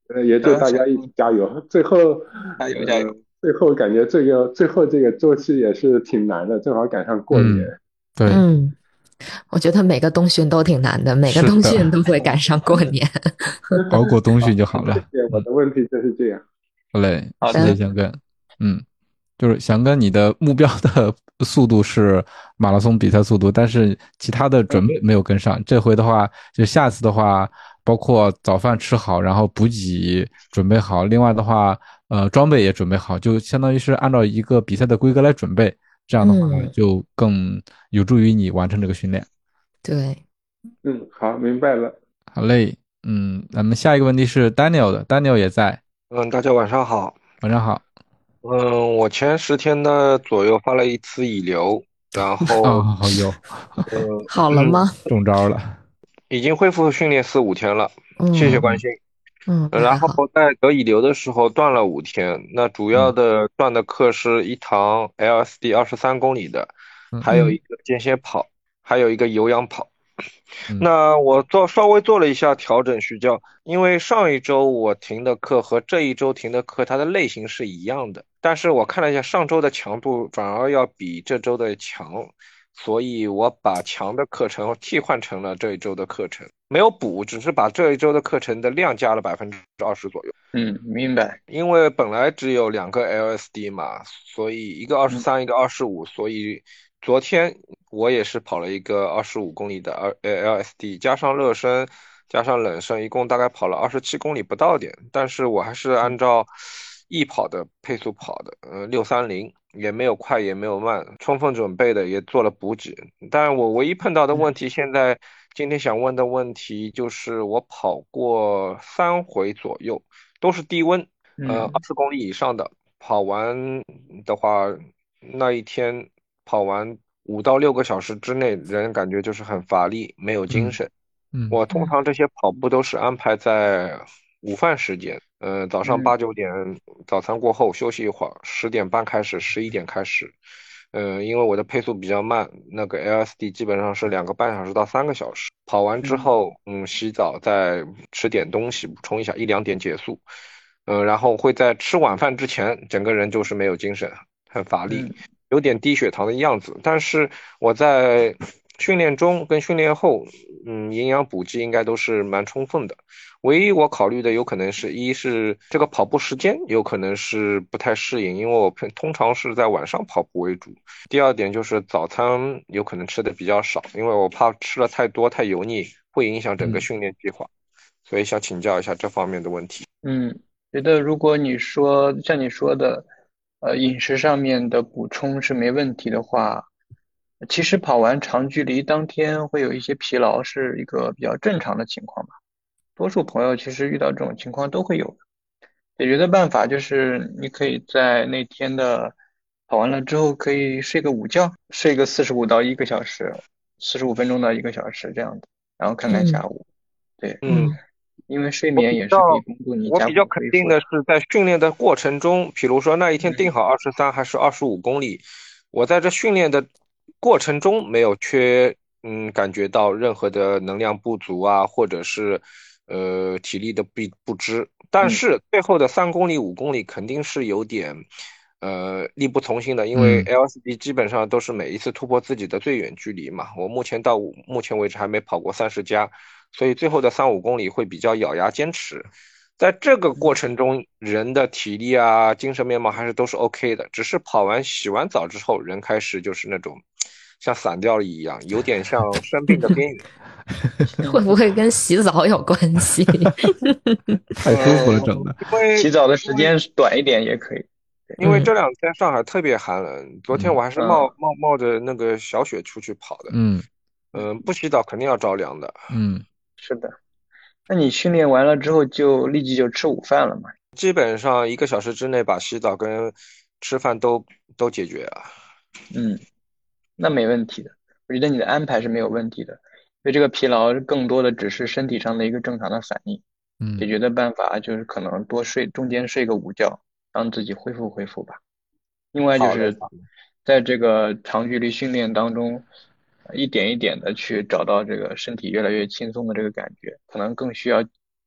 呃，也祝大家一起加油。最后， 加油加呃， 油！ 最后感觉这个最后这个周期也是挺难的，正好赶上过年。 嗯，对， 嗯，我觉得每个冬训都挺难的，每个冬是的， 训都会赶上过年。 熬过冬训就好， 好了。 谢谢，我嗯， 的问题就是这样。 好嘞，谢谢好的， 翔哥。嗯，就是翔哥，你的目标的速度是马拉松比赛速度，但是其他的准备没有跟上。这回的话，就下次的话，包括早饭吃好，然后补给准备好，另外的话，呃，装备也准备好，就相当于是按照一个比赛的规格来准备。这样的话， 嗯， 就更有助于你完成这个训练。 对， 嗯，好，明白了。 好嘞，嗯，咱们下一个问题是 Daniel 的，Daniel 也在， 嗯，大家晚上好。 晚上好。 嗯，我前十天的左右发了一次乙流，然啊， 后好有嗯好了吗？ 中招了。 已经恢复训练四五天了，谢谢关嗯心。 嗯， 呃然后还好。 在得乙流的时候断了五天，那主要嗯的断的课是一堂 L S D 二十三公里的， 嗯还有一嗯个间歇跑，还有一个有氧跑。 嗯那我做稍微做了一下调整，徐教，因为上一周我停的课和这一周停的课，它的类型是一样的，但是我看了一下上周的强度反而要比这周的强，所以我把强的课程替换成了这一周的课程，没有补，只是把这一周的课程的量加了百分之二十左右。 嗯，明白。 因为本来只有两个 L S D 嘛，所以一个二十嗯三，一个二十五，所以昨天我也是跑了一个二十五公里的二呃 L S D，加上热身，加上冷身，一共大概跑了二十七公里不到点，但是我还是按照易跑的配速跑的，呃六三零，也没有快也没有慢，充分准备的也做了补给，但我唯一碰到的问题，现在今天想问的问题就是我跑过三回左右。都是低温，呃，二嗯十公里以上的，跑完的话，那一天跑完五到六个小时之内，人感觉就是很乏力，没有精嗯神。 嗯我通常这些跑步都是安排在午饭时间，呃，早上嗯八九点，早餐过后休息一会儿，十点半开始，十一点开始。呃，因为我的配速比较慢，那个 L S D 基本上是两个半小时到三个小时。跑完之嗯后，嗯，洗澡再吃点东西，补充一下，一两点结束。嗯、然后会在吃晚饭之前，整个人就是没有精神，很乏力， 嗯有点低血糖的样子。但是我在训练中跟训练后，嗯，营养补给应该都是蛮充分的。唯一我考虑的有可能是一是这个跑步时间有可能是不太适应，因为我平通常是在晚上跑步为主。第二点就是早餐有可能吃的比较少，因为我怕吃了太多太油腻，会影响整个嗯训练计划，所以想请教一下这方面的问题。 嗯，觉得如果你说像你说的，呃，饮食上面的补充是没问题的话，其实跑完长距离当天会有一些疲劳，是一个比较正常的情况吧。多数朋友其实遇到这种情况都会有的。解决的办法就是你可以在那天的跑完了之后，可以睡个午觉，睡个四十五到一个小时，四十五分钟到一个小时这样的，然后看看嗯下午。对， 嗯。 嗯因为睡我比较眠也是可以帮助你加快我比较肯恢复的。 定的是，在训练的过程中，比如说那一天定嗯好二十三还是二十五公里，我在这训练的过程中没有缺，嗯，感觉到任何的能量不足啊，或者是呃体力的不不支。但嗯是最后的三公里、五公里肯定是有点呃力不从心的，因为嗯 L S D 基本上都是每一次突破自己的最远距离嘛。我目前到目前为止还没跑过三十加。所以最后的三五公里会比较咬牙坚持。在这个过程中，人的体力啊、精神面貌还是都是 OK 的，只是跑完、洗完澡之后，人开始就是那种像散掉了一样，有点像生病的边缘。 会不会跟洗澡有关系？ 太舒服了， 呃， 整的。 因为洗澡的因为时间短一点也可以。 因为嗯这两天上海特别寒冷，昨天嗯我还是冒嗯冒冒着那个小雪出去跑的。 嗯嗯，不洗澡肯定要着凉的。 嗯是的。那你训练完了之后就立即就吃午饭了嘛？ 基本上一个小时之内把洗澡跟吃饭都都解决了。 嗯，那没问题的。我觉得你的安排是没有问题的，因为这个疲劳更多的只是身体上的一个正常的反应。解嗯， 决的办法就是可能多睡，中间睡个午觉，让自己恢复恢复吧。另外就好嘞， 是在这个长距离训练当中，呃一点一点的去找到这个身体越来越轻松的这个感觉，可能更需要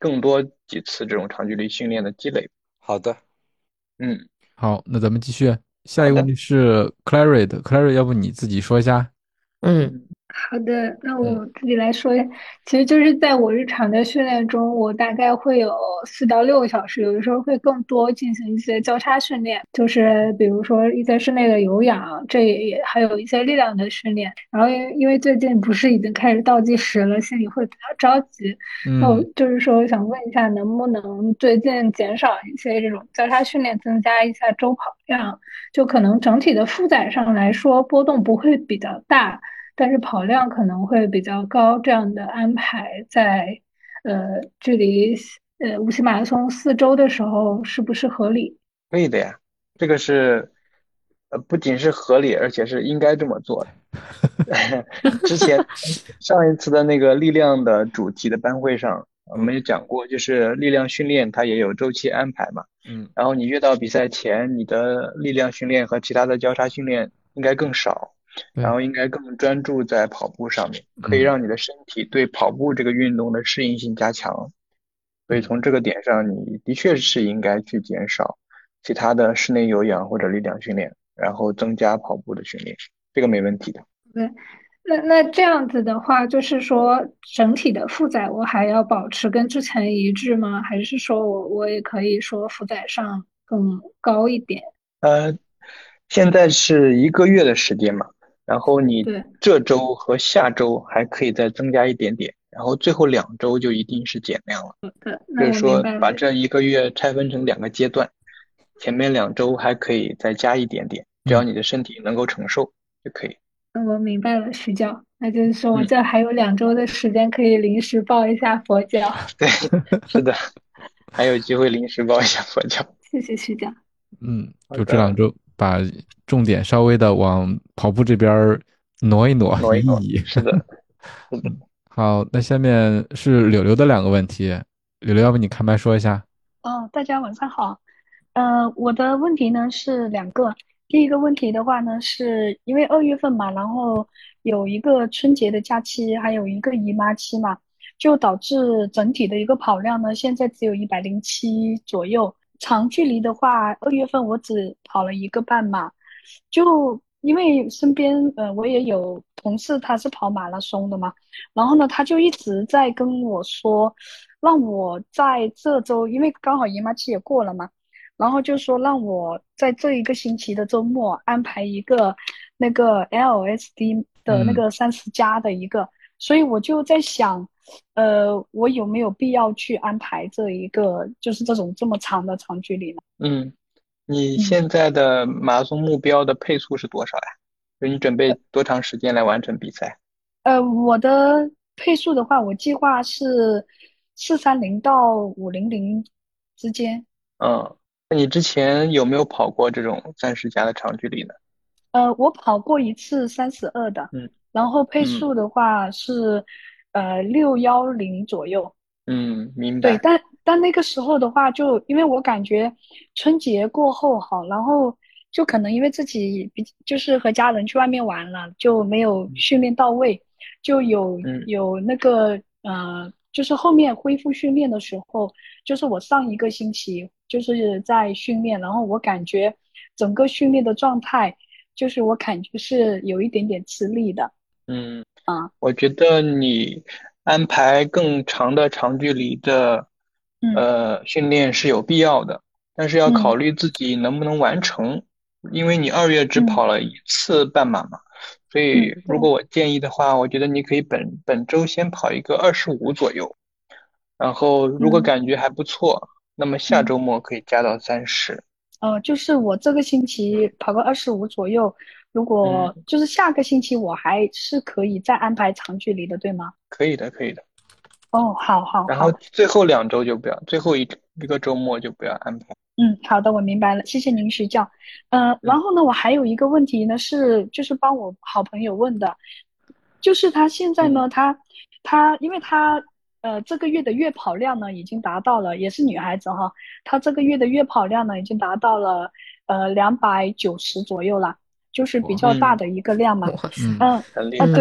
更多几次这种长距离训练的积累。 好的， 嗯， 好，那咱们继续。下一个问题是 Clary，Clary， 要不你自己说一下？ 嗯。 好的，那我自己来说，其实就是在我日常的训练中，我大概会有四到六个小时，有的时候会更多进行一些交叉训练，就是比如说一些室内的有氧，这也还有一些力量的训练。然后因因为最近不是已经开始倒计时了，心里会比较着急。那我就是说想问一下，能不能最近减少一些这种交叉训练，增加一下周跑量？就可能整体的负载上来说波动不会比较大。但是跑量可能会比较高，这样的安排在呃距离呃无锡马拉松四周的时候是不是合理？ 可以的呀，这个是呃不仅是合理，而且是应该这么做的。之前上一次的那个力量的主题的班会上，我们也讲过，就是力量训练它也有周期安排嘛。 嗯， 然后你越到比赛前，你的力量训练和其他的交叉训练应该更少。然后应该更专注在跑步上面，可以让你的身体对跑步这个运动的适应性加强。所以从这个点上，你的确是应该去减少其他的室内有氧或者力量训练，然后增加跑步的训练，这个没问题的。 对，那那这样子的话，就是说整体的负载我还要保持跟之前一致吗？还是说我我也可以说负载上更高一点？ 呃，现在是一个月的时间嘛，然后你这周和下周还可以再增加一点点，然后最后两周就一定是减量了。就是说把这一个月拆分成两个阶段，前面两周还可以再加一点点，只要你的身体能够承受就可以。 那我明白了，徐教，那就是说我这还有两周的时间可以临时抱一下佛脚。 对，是的，还有机会临时抱一下佛脚。 谢谢徐教。 嗯，就这两周把重点稍微的往跑步这边挪一挪， 挪一挪。 移移。 是的，是的。 好，那下面是柳柳的两个问题，柳柳，要不你开麦说一下？ 哦，大家晚上好。呃，我的问题呢是两个。第一个问题的话呢，是因为二月份嘛，然后有一个春节的假期，还有一个姨妈期嘛，就导致整体的一个跑量呢，现在只有一百零七左右。长距离的话，二月份我只跑了一个半马，就因为身边呃我也有同事他是跑马拉松的嘛，然后呢他就一直在跟我说，让我在这周，因为刚好姨妈期也过了嘛。然后就说让我在这一个星期的周末安排一个那个 L S D 的那个三十加的一个，嗯、所以我就在想，呃，我有没有必要去安排这一个，就是这种这么长的长距离呢？ 嗯，你现在的马拉松目标的配速是多少呀？就你准备多长时间来完成比赛？ 呃，我的配速的话，我计划是四三零到五零零之间。 嗯。那你之前有没有跑过这种三十加的长距离呢？ 呃，我跑过一次三十二的， 嗯， 然后配速的话是，嗯、呃六幺零左右。 嗯，明白。 对，但但那个时候的话就，因为我感觉春节过后好，然后就可能因为自己比就是和家人去外面玩了，就没有训练到位，就有、 嗯、 有那个呃，就是后面恢复训练的时候，就是我上一个星期就是在训练，然后我感觉整个训练的状态，就是我感觉是有一点点吃力的。 嗯啊， 我觉得你安排更长的长距离的呃训练是有必要的，但是要考虑自己能不能完成，因为你二月只跑了一次半马嘛，所以如果我建议的话，我觉得你可以本本周先跑一个二十五左右，然后如果感觉还不错，那么下周末可以加到三十。 呃，就是我这个星期跑个二十五左右，如果就是下个星期我还是可以再安排长距离的，对吗？ 可以的，可以的。 哦，好好好。 然后最后两周就不要，最后一一个周末就不要安排。 嗯，好的，我明白了，谢谢您徐教。呃，然后呢，我还有一个问题呢，是就是帮我好朋友问的，就是他现在呢，他他因为他呃这个月的月跑量呢已经达到了，也是女孩子哈，她这个月的月跑量呢已经达到了呃两百九十左右了，就是比较大的一个量嘛。 嗯， 嗯很厉害。 啊对。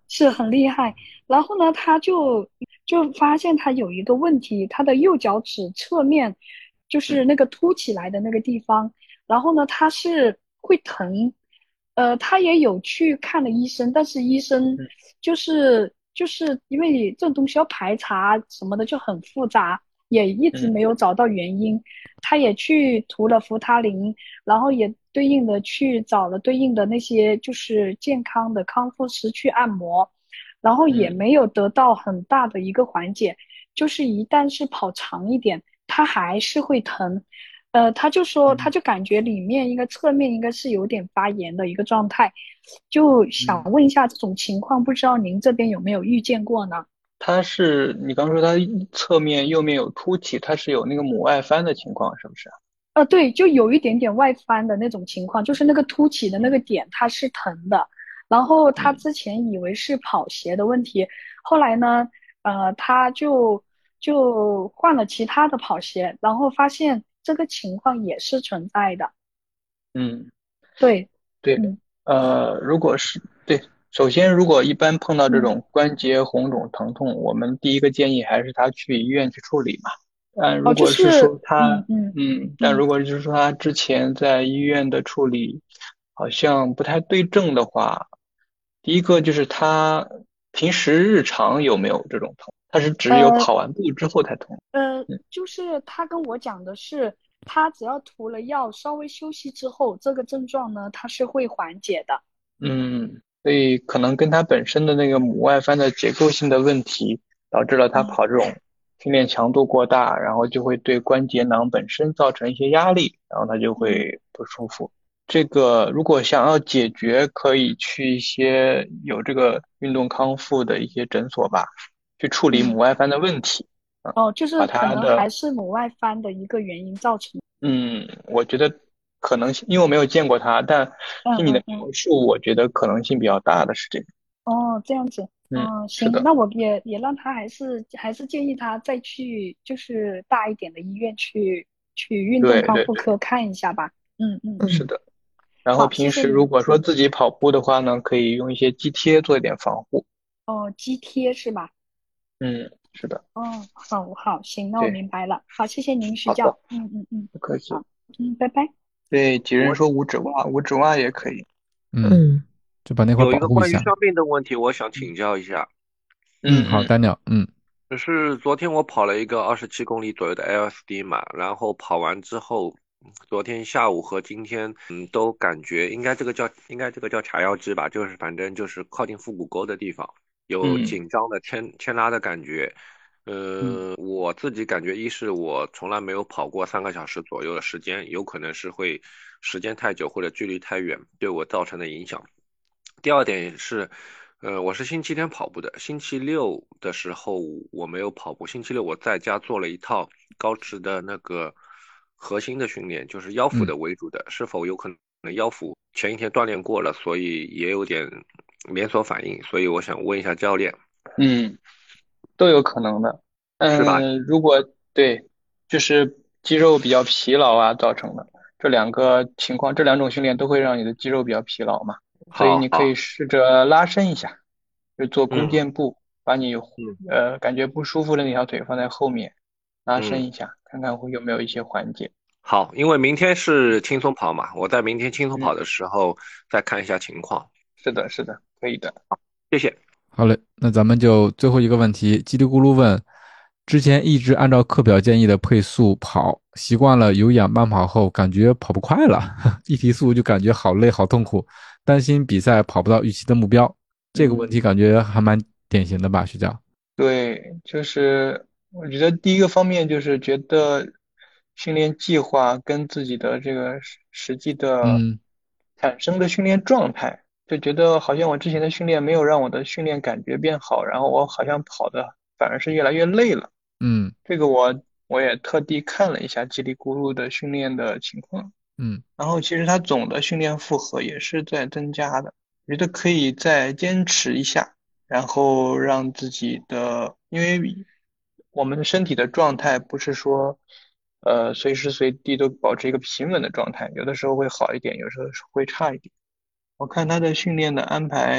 是很厉害。然后呢，他就就发现他有一个问题，他的右脚趾侧面就是那个凸起来的那个地方，然后呢，他是会疼。呃，他也有去看了医生，但是医生就是就是因为这种东西要排查什么的就很复杂，也一直没有找到原因。他也去涂了扶他林，然后也对应的去找了对应的那些就是健康的康复师去按摩，然后也没有得到很大的一个缓解，就是一旦是跑长一点，它还是会疼。呃，他就说，他就感觉里面应该侧面应该是有点发炎的一个状态，就想问一下这种情况，不知道您这边有没有遇见过呢？ 它是你刚说它侧面右面有凸起，它是有那个母外翻的情况，是不是？ 呃，对，就有一点点外翻的那种情况，就是那个凸起的那个点它是疼的。然后他之前以为是跑鞋的问题，后来呢，呃，他就就换了其他的跑鞋，然后发现这个情况也是存在的。 嗯， 对， 对， 嗯呃，如果是对，首先如果一般碰到这嗯， 种关节红肿疼痛，我们第一个建议还是他去医院去处理嘛。但哦， 如果是就是说他， 嗯嗯嗯，但嗯。 如果就是说他之前在医院的处理好像不太对症的话，第一个就是他平时日常有没有这种疼？他是只有呃跑完步之后才痛？ 呃， 嗯就是他跟我讲的是，他只要涂了药，稍微休息之后，这个症状呢，它是会缓解的。 嗯，所以可能跟他本身的那个母外翻的结构性的问题，导致了他嗯跑这种训练强度过大，然后就会对关节囊本身造成一些压力，然后他就嗯会不舒服。这个如果想要解决，可以去一些有这个运动康复的一些诊所吧，去处理母嗯， 外翻的问题，啊， 哦，就把是可能还他的是母外翻的一个原因造成的。 嗯，我觉得可能性，因为我没有见过他，但听你的嗯嗯嗯， 描述，我觉得可能性比较大的是这个。 哦，这样子。 嗯， 嗯，行， 是的。 那我也也让他还是还是建议他再去就是大一点的医院去去运动对对对， 康复科看一下吧。嗯嗯， 是的。然后好，谢平时谢你。 如果说自己跑步的话呢，可以用一些肌贴做一点防护。 哦，肌贴是吧？ 嗯，是的， 哦，好好，行，那我对， 明白了。好，谢谢您指好的， 教。嗯嗯嗯， 不客气。 好，嗯，拜拜。 对，几人我说五指袜，五指袜也可以。 嗯，就把那块有一保护一下。 个关于伤病的问题，我想请教一下。 嗯，好， 嗯丹鸟，嗯只是昨天我跑了一个二十七公里左右的 L S D 嘛，然后跑完之后，昨天下午和今天，嗯，都感觉应该这个叫应该这个叫髂腰肌吧，就是反正就是靠近腹股沟的地方有嗯紧张的牵牵拉的感觉。 嗯呃，我自己感觉一是我从来没有跑过三个小时左右的时间，有可能是会时间太久或者距离太远对我造成的影响。第二点是，呃，我是星期天跑步的，星期六的时候我没有跑步，星期六我在家做了一套高值的那个核心的训练，就是腰腹嗯， 的为主的，是否有可能腰腹前一天锻炼过了，所以也有点连锁反应，所以我想问一下教练， 嗯，都有可能的。 是吧？ 嗯，如果对，就是肌肉比较疲劳啊造成的这两个情况，这两种训练都会让你的肌肉比较疲劳嘛，所以你可以好好， 试着拉伸一下，就做弓嗯箭步，把你嗯呃感觉不舒服的那条腿放在后面，拉伸嗯， 一下，看看会有没有一些缓解。 好，因为明天是轻松跑嘛，我在明天轻松跑嗯， 的时候再看一下情况， 是的，是的，可以的。 谢谢。 好嘞，那咱们就最后一个问题，叽里咕噜问，之前一直按照课表建议的配速跑，习惯了有氧慢跑后，感觉跑不快了，一提速就感觉好累好痛苦，担心比赛跑不到预期的目标。这个问题嗯。 感觉还蛮典型的吧，徐教？ 对，就是我觉得第一个方面就是觉得训练计划跟自己的这个实实际的嗯产生的训练状态，就觉得好像我之前的训练没有让我的训练感觉变好，然后我好像跑的反而是越来越累了。 嗯这个我我也特地看了一下叽里咕噜的训练的情况， 嗯然后其实它总的训练负荷也是在增加的，我觉得可以再坚持一下。然后让自己的，因为我们的身体的状态不是说，呃，随时随地都保持一个平稳的状态，有的时候会好一点，有时候会差一点。我看他的训练的安排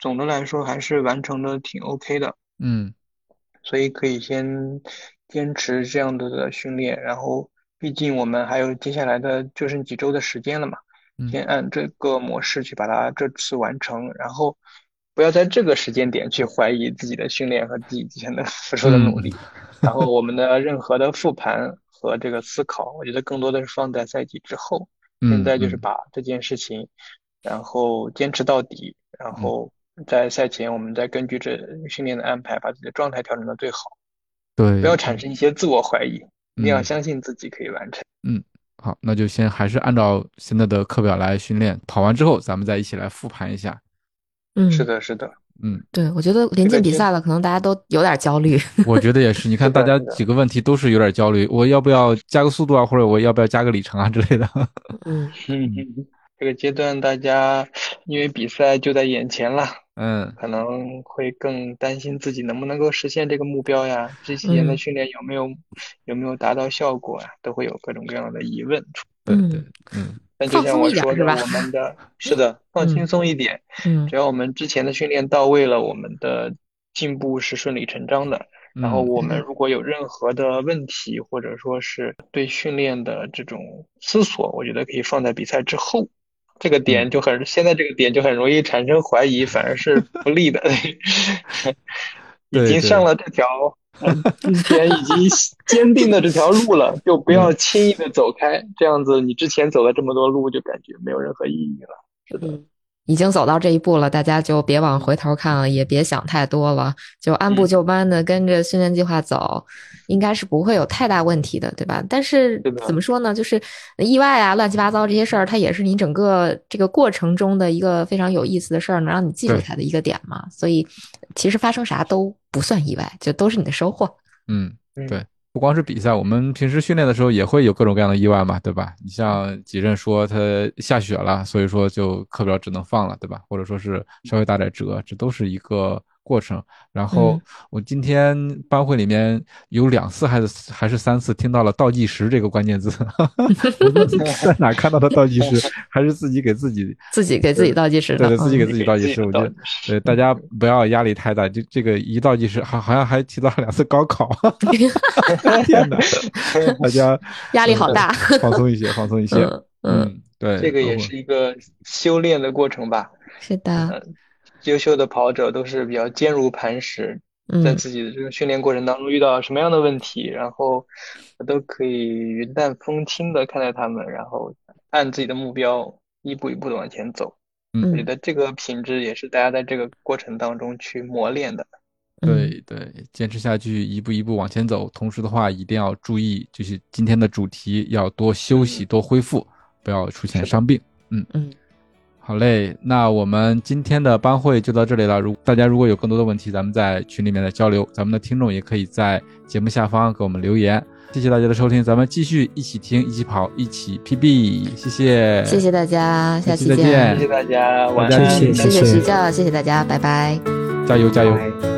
总的来说还是完成的挺 OK 的。 嗯， 所以可以先坚持这样的训练，然后毕竟我们还有接下来的就剩几周的时间了嘛，先按这个模式去把它这次完成，然后不要在这个时间点去怀疑自己的训练和自己之前的付出的努力。然后我们的任何的复盘和这个思考，我觉得更多的是放在赛季之后。现在就是把这件事情，然后坚持到底，然后在赛前我们再根据这训练的安排，把自己的状态调整到最好。 对， 不要产生一些自我怀疑，一定要相信自己可以完成。 嗯，好，那就先还是按照现在的课表来训练，跑完之后咱们再一起来复盘一下。 嗯， 是的，是的。 嗯， 对，我觉得临近比赛了，可能大家都有点焦虑。 我觉得也是，你看大家几个问题都是有点焦虑，我要不要加个速度啊，或者我要不要加个里程啊之类的。 嗯嗯，这个阶段大家因为比赛就在眼前了， 嗯， 可能会更担心自己能不能够实现这个目标呀，之前的训练有没有、嗯、有没有达到效果呀，都会有各种各样的疑问。 对对，嗯。 但就像我说的，我们的是的，放轻松一点。 嗯， 只要我们之前的训练到位了，我们的进步是顺理成章的。 嗯、 然后我们如果有任何的问题，或者说是对训练的这种思索，我觉得可以放在比赛之后。这个点就很、嗯、现在这个点就很容易产生怀疑，反而是不利的。已经上了这条。之前已经坚定的这条路了，就不要轻易的走开，嗯、这样子你之前走了这么多路，就感觉没有任何意义了。是的。 嗯，已经走到这一步了，大家就别往回头看了，也别想太多了，就按部就班的跟着训练计划走，嗯、应该是不会有太大问题的，对吧？但是怎么说呢，就是意外啊、乱七八糟这些事儿，它也是你整个这个过程中的一个非常有意思的事儿，能让你记住它的一个点嘛。所以其实发生啥都不算意外，就都是你的收获。 嗯，对。不光是比赛，我们平时训练的时候也会有各种各样的意外嘛，对吧？你像几任说他下雪了，所以说就课表只能放了，对吧？或者说是稍微打点折，这都是一个过程。然后我今天班会里面有两次还是还是三次听到了倒计时这个关键字，在哪看到的倒计时？还是自己给自己自己给自己倒计时的， 对对，自己给自己倒计时。我觉得对大家不要压力太大，就这个一倒计时，好好像还提到了两次高考。天哪，大家压力好大， 放松一些，放松一些。嗯，嗯对， 这个也是一个修炼的过程吧。 是的。 嗯，优秀的跑者都是比较坚如磐石，在自己的这个训练过程当中遇到什么样的问题，然后都可以云淡风轻的看待他们，然后按自己的目标一步一步的往前走。 嗯， 我觉得这个品质也是大家在这个过程当中去磨练的。 对对，坚持下去，一步一步往前走。同时的话，一定要注意，就是今天的主题要多休息、多恢复，不要出现伤病。嗯嗯。 好嘞，那我们今天的班会就到这里了。如大家如果有更多的问题，咱们在群里面的交流，咱们的听众也可以在节目下方给我们留言。谢谢大家的收听，咱们继续一起听，一起跑，一起 P B。谢谢， 谢谢大家，下期再见。 谢谢大家，晚安。 谢谢徐教，谢谢大家，拜拜， 加油加油。 拜拜。